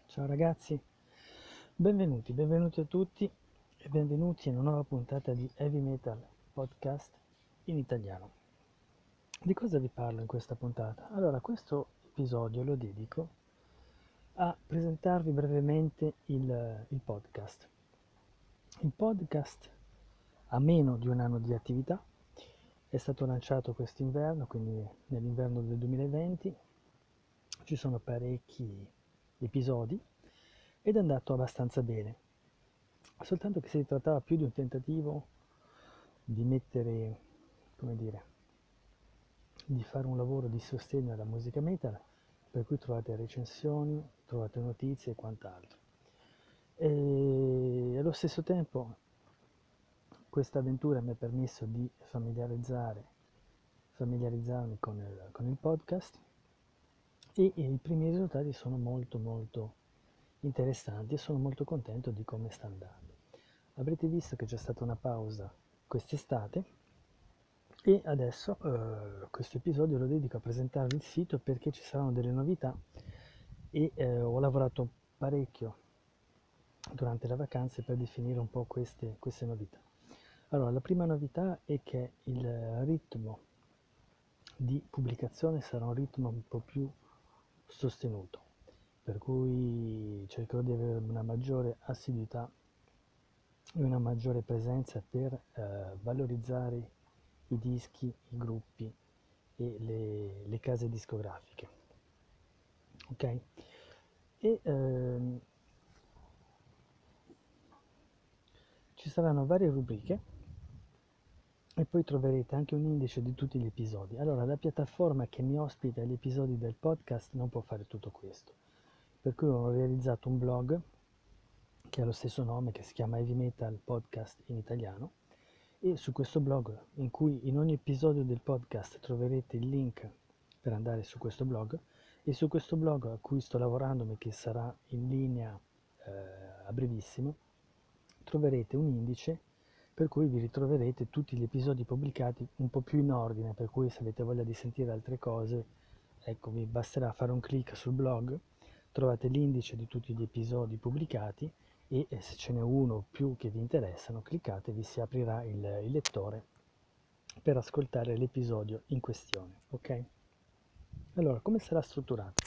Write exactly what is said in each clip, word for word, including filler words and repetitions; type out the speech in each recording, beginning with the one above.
Ciao ragazzi, benvenuti, benvenuti a tutti e benvenuti a una nuova puntata di Heavy Metal Podcast in italiano. Di cosa vi parlo in questa puntata? Allora, questo episodio lo dedico a presentarvi brevemente il, il podcast. Il podcast ha meno di un anno di attività, è stato lanciato quest'inverno, quindi nell'inverno del duemilaventi, ci sono parecchi episodi ed è andato abbastanza bene, soltanto che si trattava più di un tentativo di mettere, come dire, di fare un lavoro di sostegno alla musica metal, per cui trovate recensioni, trovate notizie e quant'altro. E allo stesso tempo questa avventura mi ha permesso di familiarizzare, familiarizzarmi con il, con il podcast e, e i primi risultati sono molto molto interessanti e sono molto contento di come sta andando. Avrete visto che c'è stata una pausa quest'estate e adesso eh, questo episodio lo dedico a presentarvi il sito perché ci saranno delle novità e eh, ho lavorato parecchio durante le vacanze per definire un po' queste, queste novità. Allora, la prima novità è che il ritmo di pubblicazione sarà un ritmo un po' più sostenuto, per cui cercherò di avere una maggiore assiduità e una maggiore presenza per eh, valorizzare i dischi, i gruppi e le, le case discografiche. Ok? E ehm, ci saranno varie rubriche e poi troverete anche un indice di tutti gli episodi. Allora, la piattaforma che mi ospita gli episodi del podcast non può fare tutto questo, per cui ho realizzato un blog che ha lo stesso nome, che si chiama Heavy Metal Podcast in italiano, e su questo blog, in cui in ogni episodio del podcast troverete il link per andare su questo blog, e su questo blog a cui sto lavorando ma che sarà in linea eh, a brevissimo, troverete un indice per cui vi ritroverete tutti gli episodi pubblicati un po' più in ordine, per cui se avete voglia di sentire altre cose, ecco, vi basterà fare un clic sul blog, trovate l'indice di tutti gli episodi pubblicati e se ce n'è uno o più che vi interessano, cliccate e vi si aprirà il, il lettore per ascoltare l'episodio in questione. Ok? Allora, come sarà strutturato?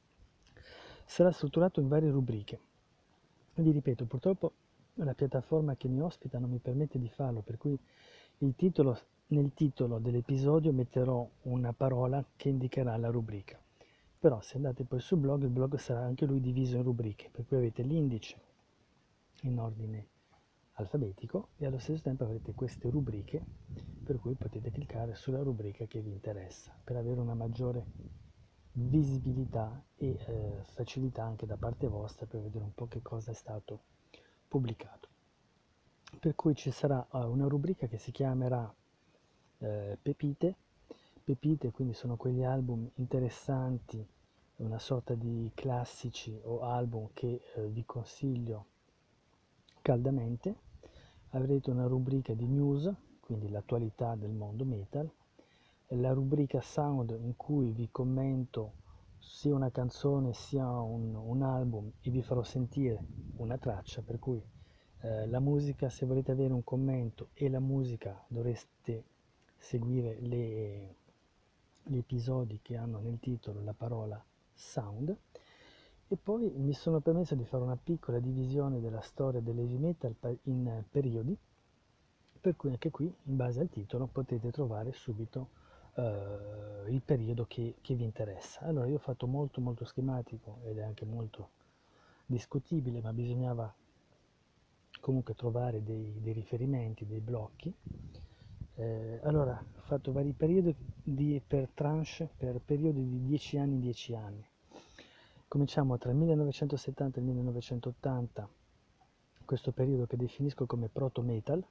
Sarà strutturato in varie rubriche. Vi ripeto, purtroppo la piattaforma che mi ospita non mi permette di farlo, per cui il titolo, nel titolo dell'episodio metterò una parola che indicherà la rubrica. Però se andate poi sul blog, il blog sarà anche lui diviso in rubriche, per cui avete l'indice in ordine alfabetico e allo stesso tempo avrete queste rubriche per cui potete cliccare sulla rubrica che vi interessa per avere una maggiore visibilità e eh, facilità anche da parte vostra per vedere un po' che cosa è stato pubblicato. Per cui ci sarà uh, una rubrica che si chiamerà eh, Pepite. Pepite quindi sono quegli album interessanti, una sorta di classici o album che eh, vi consiglio caldamente. Avrete una rubrica di news, quindi l'attualità del mondo metal, la rubrica sound in cui vi commento sia una canzone sia un, un album e vi farò sentire una traccia, per cui eh, la musica, se volete avere un commento e la musica dovreste seguire le, gli episodi che hanno nel titolo la parola sound. E poi mi sono permesso di fare una piccola divisione della storia dell'heavy metal in periodi, per cui anche qui, in base al titolo, potete trovare subito eh, il periodo che, che vi interessa. Allora, io ho fatto molto molto schematico ed è anche molto discutibile, ma bisognava comunque trovare dei, dei riferimenti, dei blocchi. Eh, allora, ho fatto vari periodi di, per tranche, per periodi di dieci anni, dieci anni. Cominciamo tra il millenovecentosettanta e il millenovecentottanta, questo periodo che definisco come proto-metal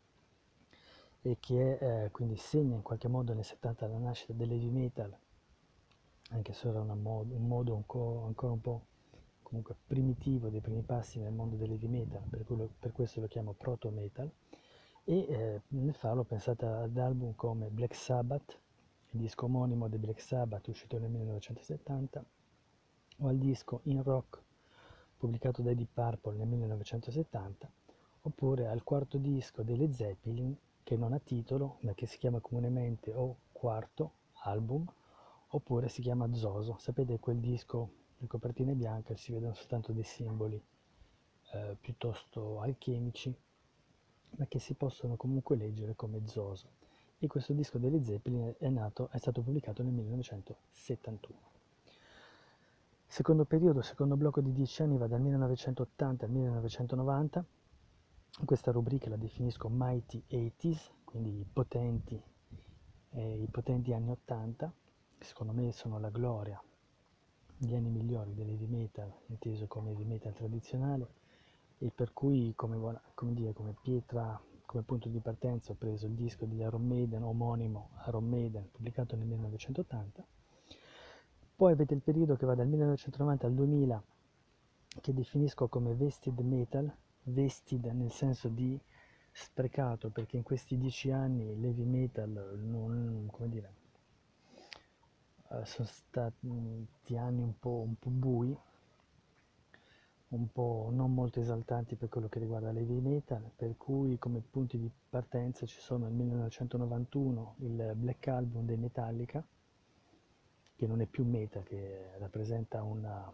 e che è, eh, quindi segna in qualche modo nel settanta la nascita dell'heavy metal, anche se era mod- un modo ancora, ancora un po' comunque primitivo dei primi passi nel mondo dell'heavy metal, per, quello, per questo lo chiamo proto-metal, e eh, nel farlo pensate ad album come Black Sabbath, il disco omonimo di Black Sabbath uscito nel millenovecentosettanta, o al disco In Rock pubblicato dai Deep Purple nel millenovecentosettanta, oppure al quarto disco delle Zeppelin, che non ha titolo, ma che si chiama comunemente o quarto album, oppure si chiama Zoso. Sapete quel disco, le copertine bianche, si vedono soltanto dei simboli eh, piuttosto alchemici, ma che si possono comunque leggere come Zoso. E questo disco delle Zeppelin è, nato, è stato pubblicato nel millenovecentosettantuno. Secondo periodo, secondo blocco di dieci anni va dal millenovecentottanta al millenovecentonovanta. Questa rubrica la definisco Mighty ottanta, quindi i potenti, eh, i potenti anni ottanta, che secondo me sono la gloria, gli anni migliori dell'heavy metal, inteso come heavy metal tradizionale, e per cui come, come, dire, come pietra, come punto di partenza ho preso il disco di Iron Maiden, omonimo Iron Maiden, pubblicato nel millenovecentottanta. Poi avete il periodo che va dal millenovecentonovanta al duemila, che definisco come vested metal, vested nel senso di sprecato, perché in questi dieci anni l'heavy metal non, come dire, eh, sono stati anni un po', un po' bui, un po' non molto esaltanti per quello che riguarda l'heavy metal, per cui come punti di partenza ci sono il millenovecentonovantuno il Black Album dei Metallica, che non è più metal, che rappresenta una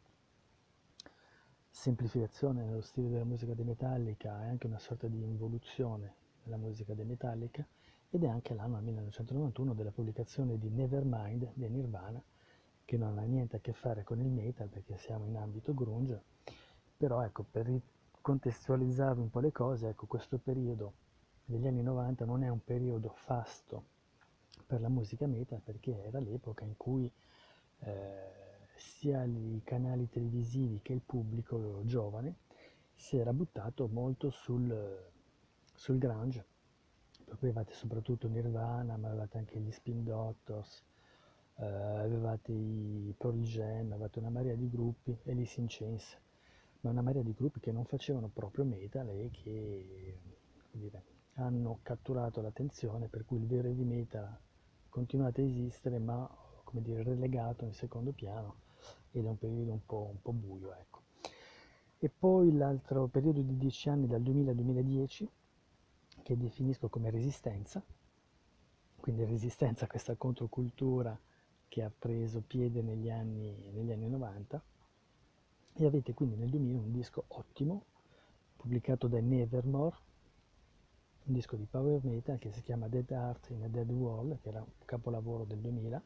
semplificazione nello stile della musica dei Metallica e anche una sorta di involuzione nella musica dei Metallica, ed è anche l'anno millenovecentonovantuno della pubblicazione di Nevermind dei Nirvana, che non ha niente a che fare con il metal perché siamo in ambito grunge, però ecco, per contestualizzarvi un po' le cose, ecco, questo periodo degli anni novanta non è un periodo fasto per la musica metal, perché era l'epoca in cui eh, sia i canali televisivi che il pubblico giovane si era buttato molto sul, sul grunge, per cui avevate soprattutto Nirvana, ma avevate anche gli Spin Doctors, eh, avevate i Pearl Jam, avevate una marea di gruppi, Alice in Chains, ma una marea di gruppi che non facevano proprio metal e che, come dire, hanno catturato l'attenzione, per cui il vero heavy metal ha continuato a esistere, ma come dire, relegato in secondo piano, ed è un periodo un po', un po' buio, ecco. E poi l'altro periodo di dieci anni, dal duemila al duemiladieci, che definisco come resistenza, quindi resistenza a questa controcultura che ha preso piede negli anni, negli anni novanta, e avete quindi nel duemila un disco ottimo, pubblicato da Nevermore, un disco di power metal che si chiama Dead Heart in a Dead World, che era un capolavoro del duemila,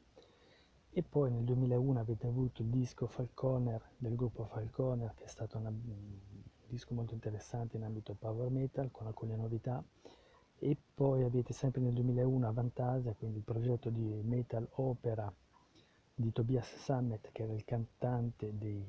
e poi nel duemilauno avete avuto il disco Falconer del gruppo Falconer, che è stato una, un disco molto interessante in ambito power metal con alcune novità, e poi avete sempre nel duemilauno Avantasia, quindi il progetto di metal opera di Tobias Sammet, che era il cantante dei,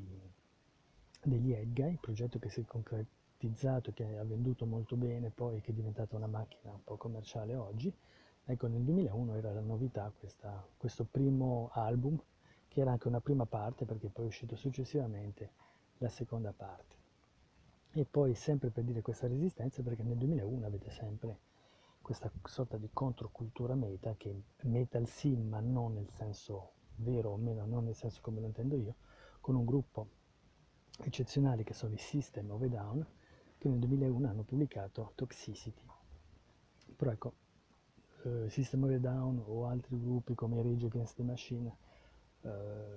degli Edguy, progetto che si è concretizzato, che ha venduto molto bene poi, che è diventata una macchina un po' commerciale oggi. Ecco, nel duemilauno era la novità questa, questo primo album, che era anche una prima parte, perché poi è uscito successivamente la seconda parte. E poi sempre per dire questa resistenza, perché nel duemilauno avete sempre questa sorta di controcultura metal, che metal sì, ma non nel senso vero, o meno non nel senso come lo intendo io, con un gruppo eccezionale che sono i System of a Down, che nel duemilauno hanno pubblicato Toxicity. Però ecco, eh, System of a Down o altri gruppi come Rage Against the Machine eh,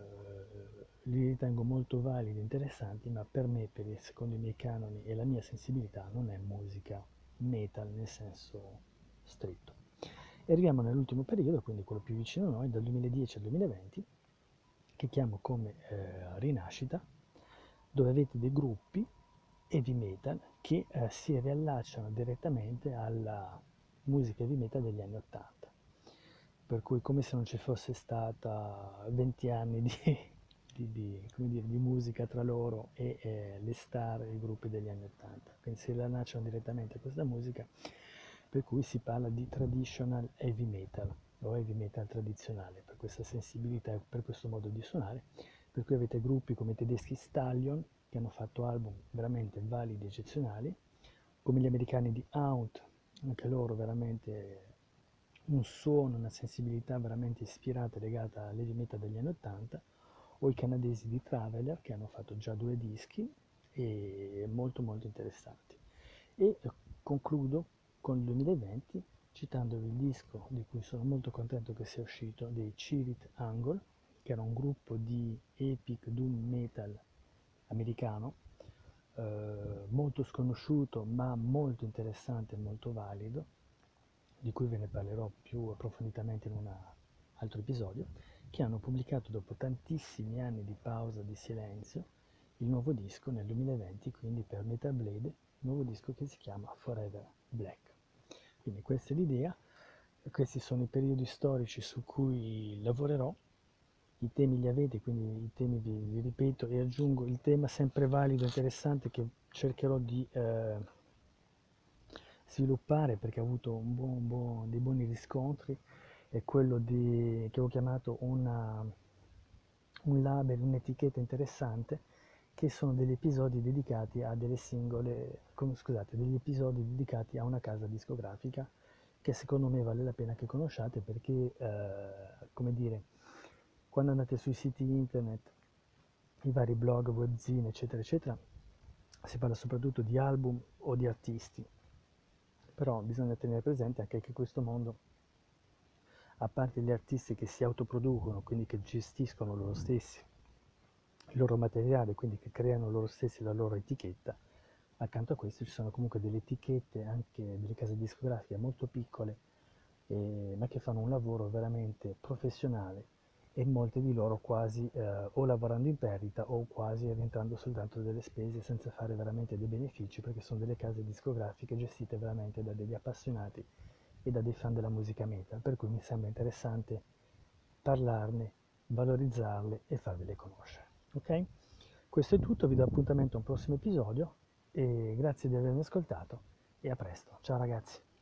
li ritengo molto validi e interessanti, ma per me, per il, secondo i miei canoni e la mia sensibilità, non è musica metal nel senso stretto. E arriviamo nell'ultimo periodo, quindi quello più vicino a noi, dal duemiladieci al duemilaventi, che chiamo come eh, Rinascita, dove avete dei gruppi heavy metal che eh, si riallacciano direttamente alla musica heavy metal degli anni ottanta, per cui come se non ci fosse stata venti anni di, di, di, come dire, di musica tra loro e eh, le star e i gruppi degli anni ottanta, quindi si riallacciano direttamente a questa musica, per cui si parla di traditional heavy metal o heavy metal tradizionale, per questa sensibilità e per questo modo di suonare, per cui avete gruppi come i tedeschi Stallion, che hanno fatto album veramente validi e eccezionali, come gli americani di Haunt, anche loro veramente un suono, una sensibilità veramente ispirata e legata all'heavy metal degli anni ottanta, o i canadesi di Traveler, che hanno fatto già due dischi e molto molto interessanti. E eh, concludo con il duemilaventi citandovi il disco di cui sono molto contento che sia uscito, dei Cirit Angle, che era un gruppo di epic doom metal americano, eh, molto sconosciuto ma molto interessante e molto valido, di cui ve ne parlerò più approfonditamente in un altro episodio, che hanno pubblicato dopo tantissimi anni di pausa, di silenzio, il nuovo disco nel duemilaventi, quindi per Metal Blade, il nuovo disco che si chiama Forever Black. Quindi questa è l'idea, questi sono i periodi storici su cui lavorerò, i temi li avete, quindi i temi vi, vi ripeto e aggiungo il tema sempre valido e interessante che cercherò di eh, sviluppare perché ha avuto un buon, buon, dei buoni riscontri, è quello di, che ho chiamato una, un label, un'etichetta interessante, che sono degli episodi dedicati a delle singole, come, scusate, degli episodi dedicati a una casa discografica che secondo me vale la pena che conosciate perché, eh, come dire, quando andate sui siti internet, i vari blog, webzine, eccetera, eccetera, si parla soprattutto di album o di artisti, però bisogna tenere presente anche che questo mondo, a parte gli artisti che si autoproducono, quindi che gestiscono loro stessi il loro materiale, quindi che creano loro stessi la loro etichetta, accanto a questo ci sono comunque delle etichette, anche delle case discografiche molto piccole, eh, ma che fanno un lavoro veramente professionale e molte di loro quasi eh, o lavorando in perdita o quasi rientrando soltanto delle spese senza fare veramente dei benefici, perché sono delle case discografiche gestite veramente da degli appassionati e da dei fan della musica metal, per cui mi sembra interessante parlarne, valorizzarle e farvele conoscere. Ok? Questo è tutto, vi do appuntamento a un prossimo episodio e grazie di avermi ascoltato e a presto. Ciao ragazzi!